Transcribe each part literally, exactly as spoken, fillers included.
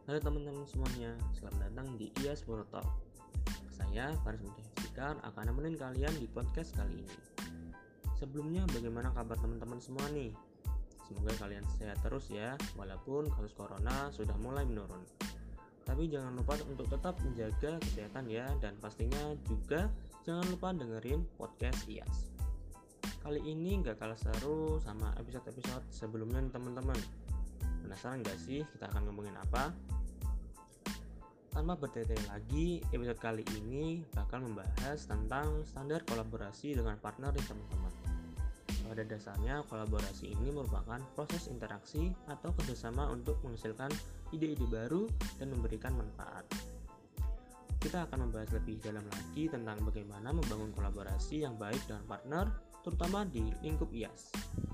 Halo teman-teman semuanya, selamat datang di I A S Monotalk. Saya Faris Mudahiftikar akan nemenin kalian di podcast kali ini. Sebelumnya bagaimana kabar teman-teman semua nih? Semoga kalian sehat terus ya, walaupun kasus corona sudah mulai menurun. Tapi jangan lupa untuk tetap menjaga kesehatan ya, dan pastinya juga jangan lupa dengerin podcast I A S. Kali ini gak kalah seru sama episode-episode sebelumnya nih teman-teman. Penasaran gak sih kita akan ngomongin apa? Tanpa bertele-tele lagi, episode kali ini bakal membahas tentang standar kolaborasi dengan partner nih teman-teman. Pada dasarnya, kolaborasi ini merupakan proses interaksi atau kerjasama untuk menghasilkan ide-ide baru dan memberikan manfaat. Kita akan membahas lebih dalam lagi tentang bagaimana membangun kolaborasi yang baik dengan partner, terutama di lingkup I A S.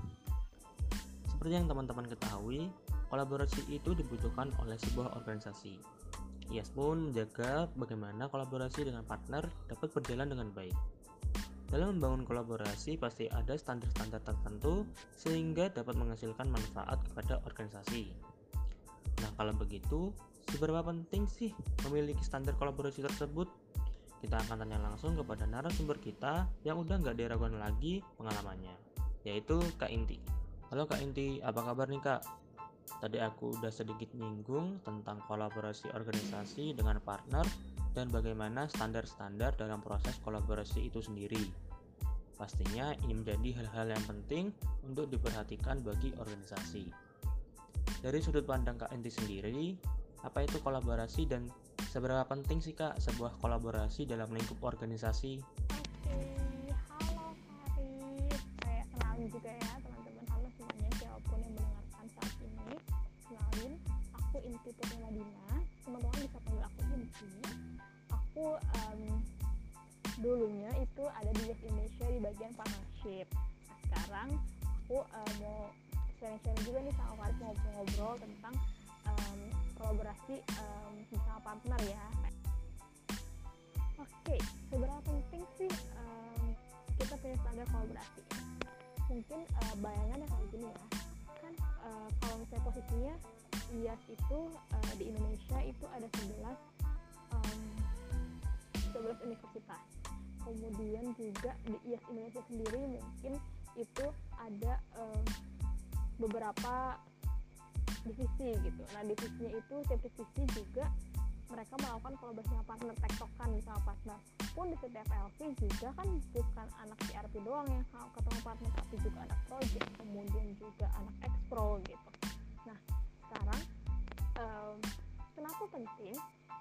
Seperti yang teman-teman ketahui, kolaborasi itu dibutuhkan oleh sebuah organisasi. I A S pun menjaga bagaimana kolaborasi dengan partner dapat berjalan dengan baik. Dalam membangun kolaborasi pasti ada standar-standar tertentu sehingga dapat menghasilkan manfaat kepada organisasi. Nah, kalau begitu, seberapa penting sih memiliki standar kolaborasi tersebut? Kita akan tanya langsung kepada narasumber kita yang udah nggak diragukan lagi pengalamannya, yaitu Kak Inti. Halo Kak Inti, apa kabar nih Kak? Tadi aku udah sedikit nyinggung tentang kolaborasi organisasi dengan partner dan bagaimana standar-standar dalam proses kolaborasi itu sendiri. Pastinya ini menjadi hal-hal yang penting untuk diperhatikan bagi organisasi. Dari sudut pandang Kak Inti sendiri, apa itu kolaborasi dan seberapa penting sih Kak sebuah kolaborasi dalam lingkup organisasi? Oke, halo Faris. Saya kenalin juga ya teman-teman. Halo semuanya, siapapun yang mendengarkan saat ini. Kenalin, aku Inti Putri Madina. Teman-teman bisa panggil aku Inti. Aku um, dulunya itu ada di I A S Indonesia di bagian partnership. Nah, sekarang aku uh, mau sharing-sharing juga nih sama Faris, ngobrol-ngobrol tentang um, kolaborasi um, bersama partner ya. Oke, seberapa penting sih um, kita punya standar kolaborasi? Mungkin uh, bayangannya kayak gini ya, kan uh, kalau misalnya posisinya I A S itu uh, di Indonesia itu ada sebelas um, sebelas universitas. Kemudian juga di I A S Indonesia sendiri mungkin itu ada um, beberapa divisi gitu. Nah, divisinya itu setiap divisi juga mereka melakukan kolaborasi sama partner, tektokan sama partner. Pun di setiap L V juga kan bukan anak P R P doang yang ketemu partner, tapi juga anak project, kemudian juga anak expro gitu. Nah, sekarang um, kenapa penting?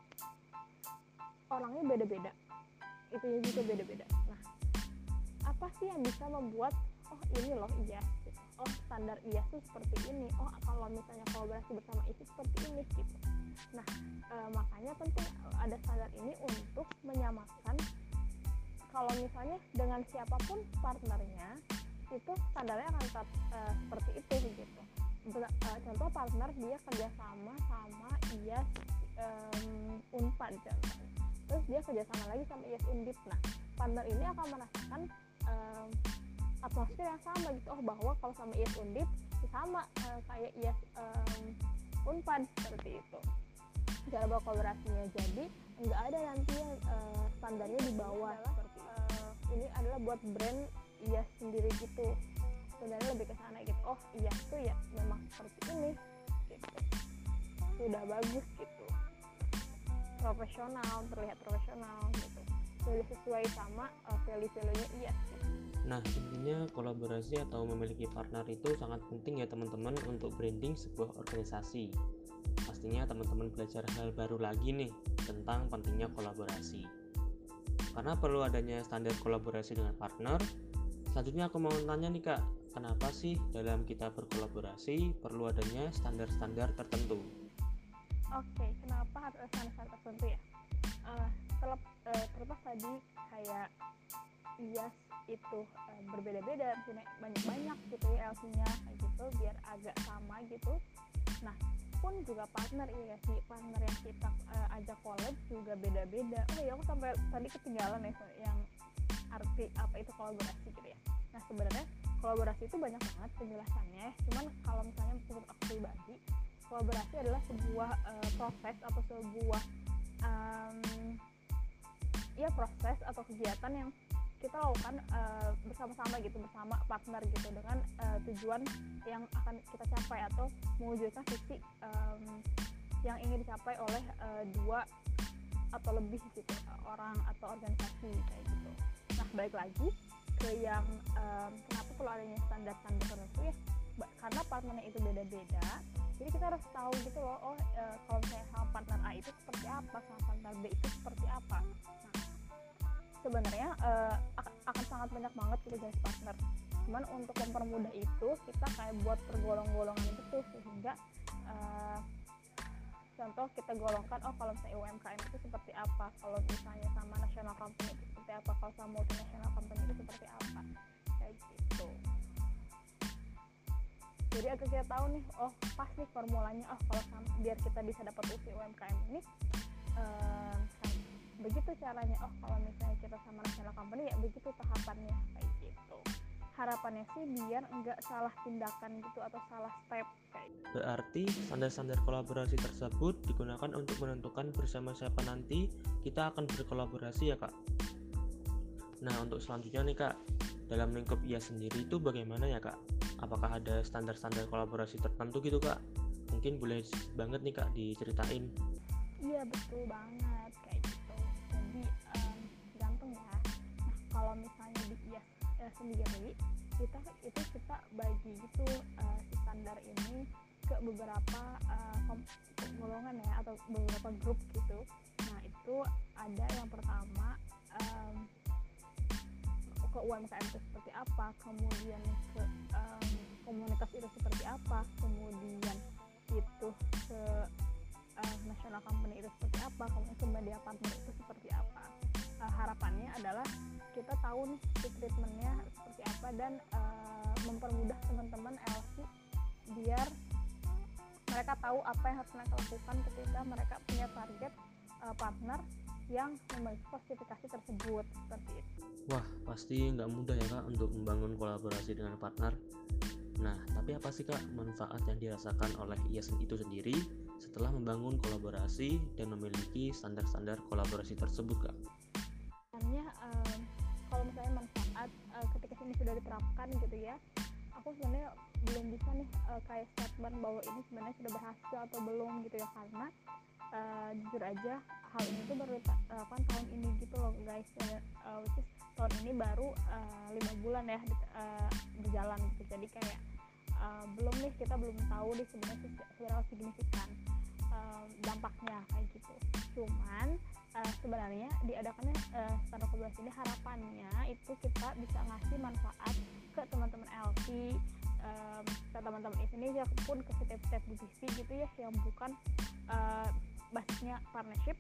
Orangnya beda-beda, itunya juga beda-beda. Nah, apa sih yang bisa membuat oh ini loh I A S gitu. Oh, standar I A S itu seperti ini. Oh, kalau misalnya kolaborasi bersama I A S seperti ini gitu. Nah, e, makanya penting ada standar ini untuk menyamakan kalau misalnya dengan siapapun partnernya itu standarnya akan tetap e, seperti itu gitu. Ber, e, contoh partner dia kerjasama sama I A S e, Unpad contohnya. Terus dia kerjasama lagi sama I A S Undip. Nah, partner ini akan merasakan e, atmosfer yang sama gitu. Oh, bahwa kalau sama I A S Undip sama e, kayak I A S e, Unpad seperti itu. Cara bawa kolaborasinya, jadi nggak ada nanti yang uh, standarnya di bawah seperti uh, ini adalah buat brand I A S sendiri gitu. Sebenarnya lebih ke sana gitu. Oh, I A S tuh ya memang seperti ini gitu. Sudah bagus gitu. Profesional, terlihat profesional gitu. Sudah sesuai sama uh, value-value-nya I A S gitu. Nah, intinya kolaborasi atau memiliki partner itu sangat penting ya teman-teman untuk branding sebuah organisasi. Pastinya teman-teman belajar hal baru lagi nih tentang pentingnya kolaborasi. Karena perlu adanya standar kolaborasi dengan partner. Selanjutnya aku mau tanya nih Kak, kenapa sih dalam kita berkolaborasi perlu adanya standar-standar tertentu? Oke, kenapa harus ada standar tertentu ya? Uh, terlep, uh, terlepas tadi kayak I A S itu uh, berbeda-beda, banyak-banyak gitu ya L C-nya kayak gitu biar agak sama gitu. Nah, pun juga partner iya sih, partner yang kita uh, ajak collab juga beda-beda. Oh ya, aku sampai tadi ketinggalan ya yang arti apa itu kolaborasi gitu ya. Nah, sebenarnya kolaborasi itu banyak banget penjelasannya, cuman kalau misalnya menurut aku pribadi kolaborasi adalah sebuah uh, proses atau sebuah um, ya proses atau kegiatan yang kita lakukan uh, bersama-sama gitu, bersama partner gitu, dengan uh, tujuan yang akan kita capai atau mewujudkan visi um, yang ingin dicapai oleh uh, dua atau lebih gitu orang atau organisasi kayak gitu. Nah, balik lagi ke yang um, kenapa perlu adanya standar-standar tertentu ya, karena partnernya itu beda-beda. Jadi kita harus tahu gitu loh, oh e, kalau misalnya sama partner A itu seperti apa, sama partner B itu seperti apa. Nah, sebenarnya e, akan sangat banyak banget gitu jenis partner. Cuman untuk mempermudah itu kita kayak buat pergolong-golongan gitu, sehingga e, contoh kita golongkan, oh kalau misalnya U M K M itu seperti apa, kalau misalnya sama national company itu seperti apa, kalau sama multinational company itu seperti apa, kayak gitu. Jadi agar kita tahu nih, oh pas nih formulanya, oh kalau sama, biar kita bisa dapat U S I U M K M ini eh, kan, begitu caranya. Oh kalau misalnya kita sama national company ya begitu tahapannya, kayak gitu. Harapannya sih biar enggak salah tindakan gitu atau salah step kayak gitu. Berarti standar-standar kolaborasi tersebut digunakan untuk menentukan bersama siapa nanti kita akan berkolaborasi ya Kak. Nah untuk selanjutnya nih Kak, dalam lingkup I A S sendiri itu bagaimana ya Kak? Apakah ada standar-standar kolaborasi tertentu gitu Kak? Mungkin boleh banget nih Kak diceritain. Iya betul banget kayak gitu. Jadi um, gampang ya. Nah kalau misalnya di I A S eh, sendiri kita itu kita bagi gitu uh, si standar ini ke beberapa uh, golongan ya, atau beberapa grup gitu. Nah itu ada yang pertama um, ke U M K M itu seperti apa, kemudian ke um, komunitas itu seperti apa, kemudian itu ke uh, national company itu seperti apa, kemudian ke media partner itu seperti apa. Uh, harapannya adalah kita tahu nih treatmentnya seperti apa, dan uh, mempermudah teman-teman L C biar mereka tahu apa yang harus mereka lakukan ketika mereka punya target uh, partner yang memiliki klasifikasi tersebut, seperti itu. Wah, pasti nggak mudah ya Kak untuk membangun kolaborasi dengan partner. Nah, tapi apa sih Kak manfaat yang dirasakan oleh I A S itu sendiri setelah membangun kolaborasi dan memiliki standar-standar kolaborasi tersebut Kak? Sebenarnya um, kalau misalnya manfaat uh, ketika ini sudah diterapkan gitu ya, aku sebenarnya belum bisa nih uh, kayak statement bahwa ini sebenarnya sudah berhasil atau belum gitu ya, karena uh, jujur aja hal ini tuh baru dilakukan uh, tahun ini gitu loh guys, uh, which is tahun ini baru uh, lima bulan ya di, uh, berjalan gitu. Jadi kayak uh, belum nih, kita belum tahu nih sebenarnya seberapa signifikan uh, dampaknya kayak gitu. Cuman uh, sebenarnya diadakannya uh, standar kolaborasi ini harapannya itu kita bisa ngasih manfaat ke teman-teman L C, um, ke teman-teman ini ya pun ke setiap-setiap divisi gitu ya yang bukan uh, basisnya partnership.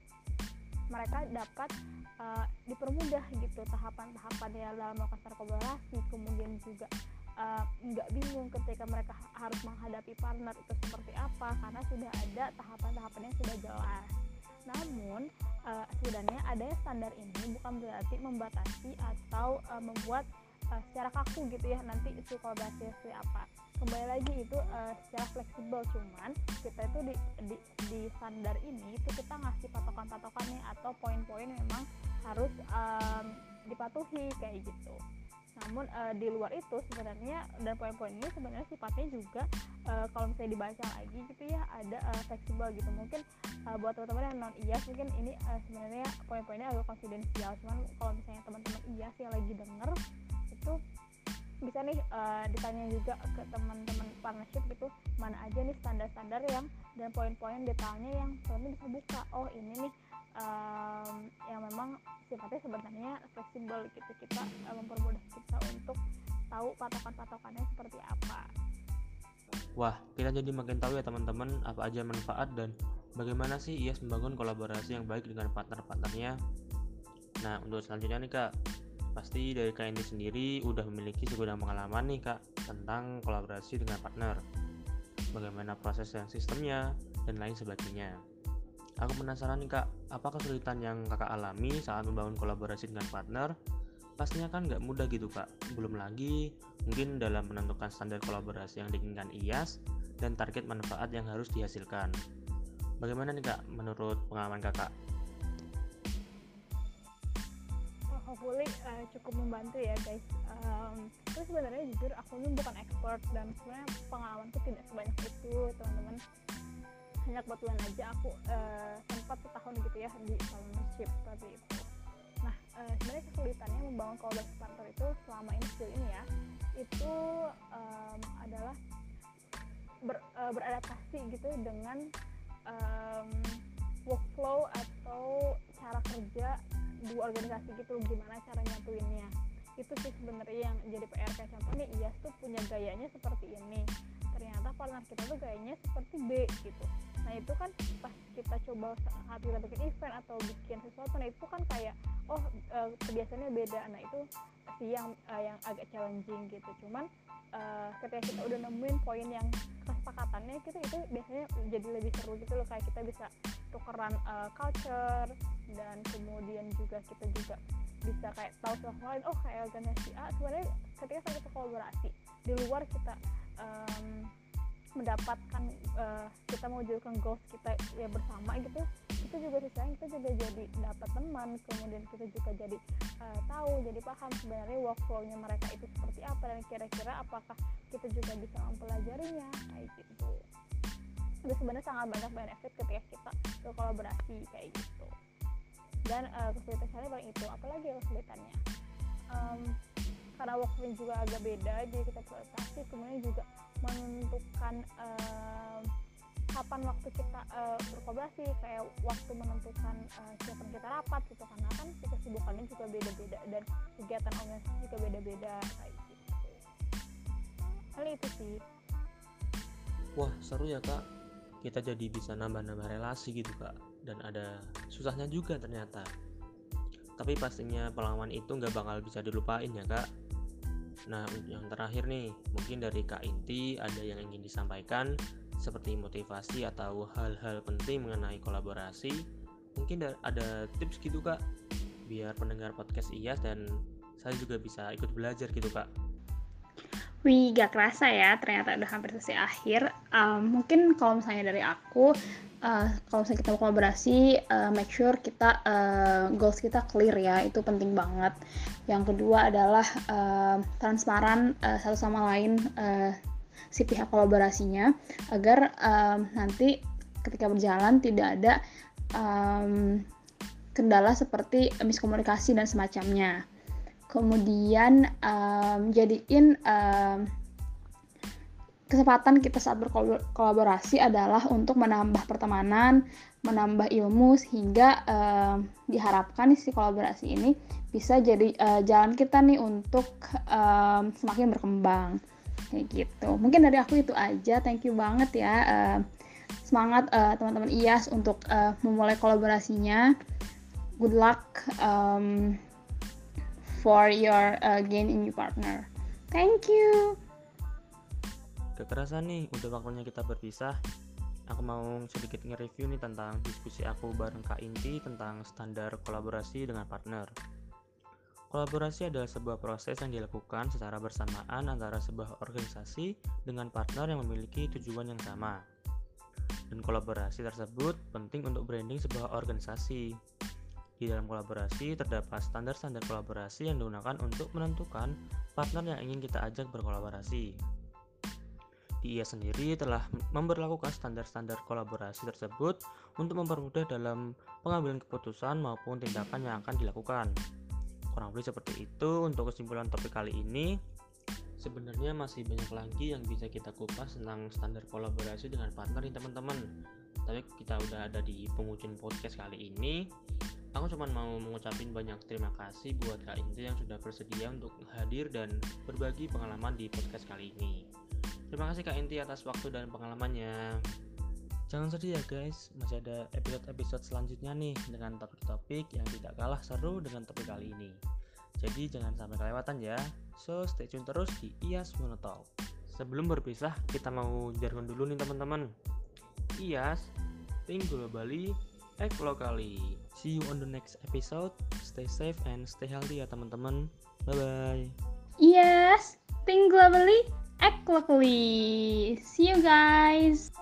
Mereka dapat uh, dipermudah gitu tahapan-tahapannya dalam melakukan standar kolaborasi, kemudian juga uh, nggak bingung ketika mereka harus menghadapi partner itu seperti apa, karena sudah ada tahapan-tahapannya yang sudah jelas. Namun uh, sebenarnya adanya standar ini bukan berarti membatasi atau uh, membuat uh, secara kaku gitu ya nanti isi kolaborasi seperti apa. Kembali lagi itu uh, secara fleksibel, cuman kita itu di, di, di standar ini itu kita ngasih patokan-patokannya atau poin-poin yang memang harus um, dipatuhi kayak gitu. Namun uh, di luar itu sebenarnya, dan poin-poin ini sebenarnya sifatnya juga uh, kalau misalnya dibaca lagi gitu ya ada uh, fleksibel gitu. Mungkin uh, buat teman-teman yang non I A S mungkin ini uh, sebenarnya poin-poinnya agak konfidensial, cuman kalau misalnya teman-teman I A S yang lagi denger itu bisa nih uh, ditanya juga ke teman-teman partnership gitu, mana aja nih standar-standar yang dan poin-poin detailnya yang teman-teman bisa buka. Oh ini nih um, yang memang sifatnya sebenarnya fleksibel gitu, kita uh, mempermudah kita untuk tahu patokan-patokannya seperti apa. Wah, kita jadi makin tahu ya teman-teman apa aja manfaat dan bagaimana sih I A S membangun kolaborasi yang baik dengan partner-partnernya. Nah untuk selanjutnya nih Kak, pasti dari Kak Indi sendiri udah memiliki segudang pengalaman nih Kak tentang kolaborasi dengan partner, bagaimana proses dan sistemnya dan lain sebagainya. Aku penasaran nih Kak, apa kesulitan yang Kakak alami saat membangun kolaborasi dengan partner? Pastinya kan nggak mudah gitu Kak, belum lagi mungkin dalam menentukan standar kolaborasi yang diinginkan I A S dan target manfaat yang harus dihasilkan. Bagaimana nih Kak menurut pengalaman Kakak? Oh, hopefully uh, cukup membantu ya guys. Um, terus sebenarnya jujur aku ini bukan expert dan sebenarnya pengalamanku tidak sebanyak itu teman-teman. Hanya kebetulan aja aku uh, sempat setahun gitu ya di fellowship seperti itu. Nah uh, sebenarnya kesulitannya membangun kolaborasi partner itu selama ini sejauh ini ya itu um, adalah ber, uh, beradaptasi gitu dengan um, workflow atau cara kerja di organisasi gitu, gimana cara nyatuinnya. Itu sih sebenarnya yang jadi P R. Kayak contoh nih, I A S tuh punya gayanya seperti ini, ternyata partner kita tuh gayanya seperti B gitu. Nah itu kan pas kita coba saat kita bikin event atau bikin sesuatu, nah itu kan kayak oh e, kebiasaannya beda. Nah itu sih yang e, yang agak challenging gitu. Cuman e, ketika kita udah nemuin poin yang kesepakatannya gitu, itu biasanya jadi lebih seru gitu loh. Kayak kita bisa tukeran e, culture, dan kemudian juga kita juga bisa kayak tahu sesuatu lain. Oh kayak organisasi A sebenarnya ketika kita kolaborasi di luar kita um, mendapatkan uh, kita mewujudkan goals kita ya bersama gitu, itu juga sisanya kita juga jadi dapat teman, kemudian kita juga jadi uh, tahu, jadi paham sebenarnya workflow-nya mereka itu seperti apa, dan kira-kira apakah kita juga bisa mempelajarinya kayak gitu. Itu sebenarnya sangat banyak benefit ketika kita berkolaborasi kayak gitu. Dan uh, kesulitan saya paling itu, apalagi kesulitannya um, karena workflow juga agak beda, jadi kita beradaptasi, kemudian juga menentukan uh, kapan waktu kita uh, berkolaborasi, kayak waktu menentukan uh, siapa kita rapat gitu, karena kan kesibukannya juga beda-beda dan kegiatan organisasi juga beda-beda kayak gitu. Hal itu sih. Wah seru ya Kak, kita jadi bisa nambah-nambah relasi gitu Kak, dan ada susahnya juga ternyata. Tapi pastinya pengalaman itu nggak bakal bisa dilupain ya Kak. Nah yang terakhir nih, mungkin dari Kak Inti ada yang ingin disampaikan seperti motivasi atau hal-hal penting mengenai kolaborasi. Mungkin ada tips gitu Kak, biar pendengar podcast I A S dan saya juga bisa ikut belajar gitu Kak. Wih, gak kerasa ya, ternyata udah hampir selesai akhir. Um, mungkin kalau misalnya dari aku, uh, kalau misalnya kita mau kolaborasi, uh, make sure kita uh, goals kita clear ya, itu penting banget. Yang kedua adalah uh, transparan uh, satu sama lain uh, si pihak kolaborasinya, agar um, nanti ketika berjalan tidak ada um, kendala seperti miskomunikasi dan semacamnya. Kemudian um, jadiin um, kesempatan kita saat berkolaborasi adalah untuk menambah pertemanan, menambah ilmu, sehingga um, diharapkan si kolaborasi ini bisa jadi uh, jalan kita nih untuk um, semakin berkembang kayak gitu. Mungkin dari aku itu aja. Thank you banget ya. Uh, semangat uh, teman-teman I A S untuk uh, memulai kolaborasinya. Good luck um, for your uh, gain in your partner. Thank you. Kekerasan nih, udah waktunya kita berpisah. Aku mau sedikit nge-review nih tentang diskusi aku bareng Kak Inti tentang standar kolaborasi dengan partner. Kolaborasi adalah sebuah proses yang dilakukan secara bersamaan antara sebuah organisasi dengan partner yang memiliki tujuan yang sama. Dan kolaborasi tersebut penting untuk branding sebuah organisasi. Di dalam kolaborasi terdapat standar-standar kolaborasi yang digunakan untuk menentukan partner yang ingin kita ajak berkolaborasi. Di I A S sendiri telah memberlakukan standar-standar kolaborasi tersebut untuk mempermudah dalam pengambilan keputusan maupun tindakan yang akan dilakukan. Kurang lebih seperti itu untuk kesimpulan topik kali ini. Sebenarnya masih banyak lagi yang bisa kita kupas tentang standar kolaborasi dengan partner nih teman-teman. Tapi kita udah ada di penghujung podcast kali ini. Aku cuma mau mengucapin banyak terima kasih buat Kak Inti yang sudah bersedia untuk hadir dan berbagi pengalaman di podcast kali ini. Terima kasih Kak Inti atas waktu dan pengalamannya. Jangan sedih ya guys, masih ada episode-episode selanjutnya nih dengan topik-topik yang tidak kalah seru dengan topik kali ini. Jadi jangan sampai kelewatan ya. So stay tune terus di I A S Monotalk. Sebelum berpisah, kita mau jargon dulu nih teman-teman. I A S, think globally, act locally. See you on the next episode. Stay safe and stay healthy ya teman-teman. Bye bye. Yes, think globally, act luckily. See you guys.